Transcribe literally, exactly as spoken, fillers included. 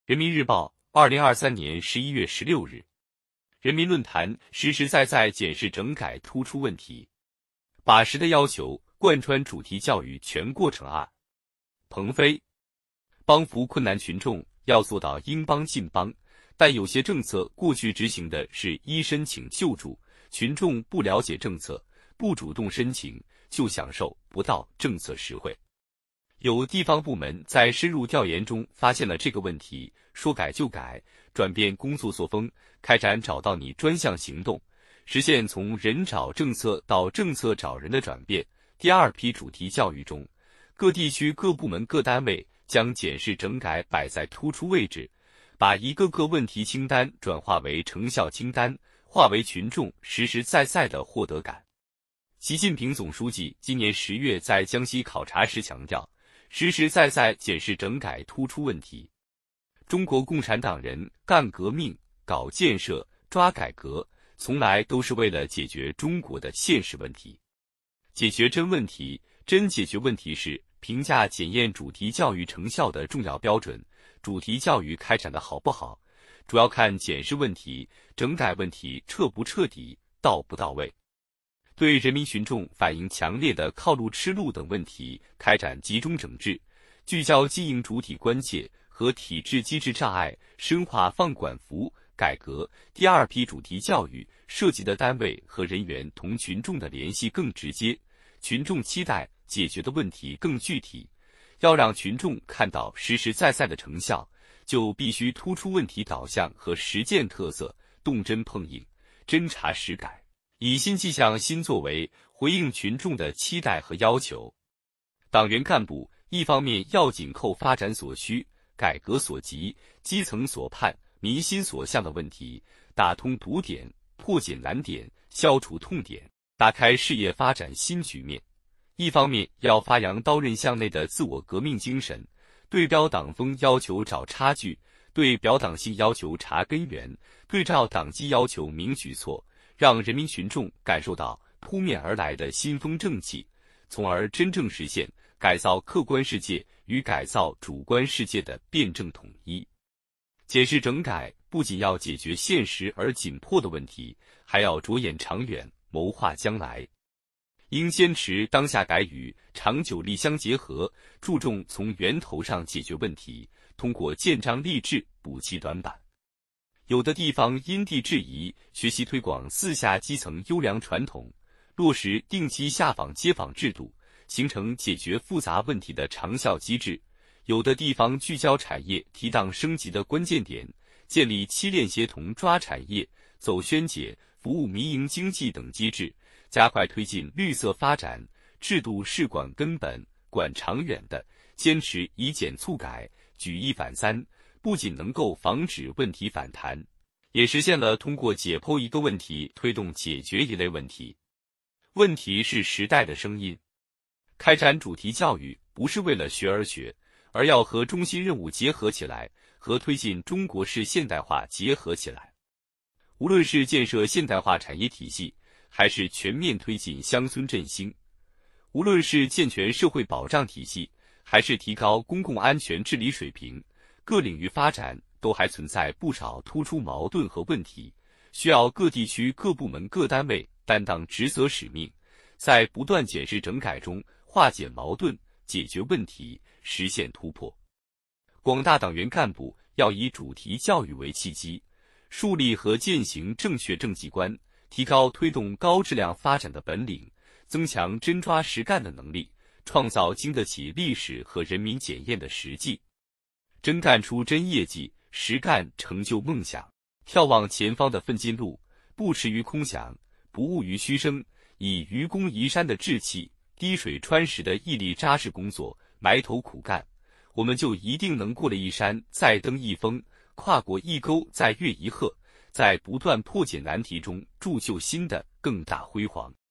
人民日报，二零二三年十一月十六日。人民论坛实实在在检视整改突出问题，把实的要求贯穿主题教育全过程。二，鹏飞，帮扶困难群众要做到应帮尽帮，但有些政策过去执行的是依申请救助，群众不了解政策，不主动申请，就享受不到政策实惠。有地方部门在深入调研中发现了这个问题，说改就改，转变工作作风，开展找到你专项行动，实现从人找政策到政策找人的转变。第二批主题教育中，各地区各部门各单位将检视整改摆在突出位置，把一个个问题清单转化为成效清单，化为群众实实在在的获得感。习近平总书记今年十月在江西考察时强调，实实在在检视整改突出问题。中国共产党人干革命、搞建设、抓改革，从来都是为了解决中国的现实问题。解决真问题，真解决问题是评价检验主题教育成效的重要标准。主题教育开展的好不好，主要看检视问题、整改问题彻不彻底、到不到位。对人民群众反映强烈的靠路吃路等问题开展集中整治，聚焦经营主体关切和体制机制障碍，深化放管服改革。第二批主题教育涉及的单位和人员同群众的联系更直接，群众期待解决的问题更具体。要让群众看到实实在在的成效，就必须突出问题导向和实践特色，动真碰硬，真查实改，以新气象新作为回应群众的期待和要求。党员干部一方面要紧扣发展所需、改革所急、基层所盼、民心所向的问题，打通堵点，破解难点，消除痛点，打开事业发展新局面；一方面要发扬刀刃向内的自我革命精神，对标党风要求找差距，对表党性要求查根源，对照党纪要求明举措，让人民群众感受到扑面而来的新风正气，从而真正实现改造客观世界与改造主观世界的辩证统一。检视整改不仅要解决现实而紧迫的问题，还要着眼长远，谋划将来。应坚持当下改与长久力相结合，注重从源头上解决问题，通过建章立制补齐短板。有的地方因地制宜，学习推广四下基层优良传统，落实定期下访接访制度，形成解决复杂问题的长效机制；有的地方聚焦产业提档升级的关键点，建立七链协同抓产业、走宣解、服务民营经济等机制，加快推进绿色发展。制度是管根本、管长远的，坚持以简促改、举一反三，不仅能够防止问题反弹，也实现了通过解剖一个问题推动解决一类问题。问题是时代的声音。开展主题教育不是为了学而学，而要和中心任务结合起来，和推进中国式现代化结合起来。无论是建设现代化产业体系，还是全面推进乡村振兴；无论是健全社会保障体系，还是提高公共安全治理水平，各领域发展都还存在不少突出矛盾和问题，需要各地区各部门各单位担当职责使命，在不断检视整改中化解矛盾，解决问题，实现突破。广大党员干部要以主题教育为契机，树立和践行正确政绩观，提高推动高质量发展的本领，增强真抓实干的能力，创造经得起历史和人民检验的实际，真干出真业绩，实干成就梦想。眺望前方的奋进路，不驰于空想，不骛于虚声，以愚公移山的志气，滴水穿石的毅力扎实工作，埋头苦干，我们就一定能过了一山再登一峰，跨过一沟再越一壑，在不断破解难题中铸就新的更大辉煌。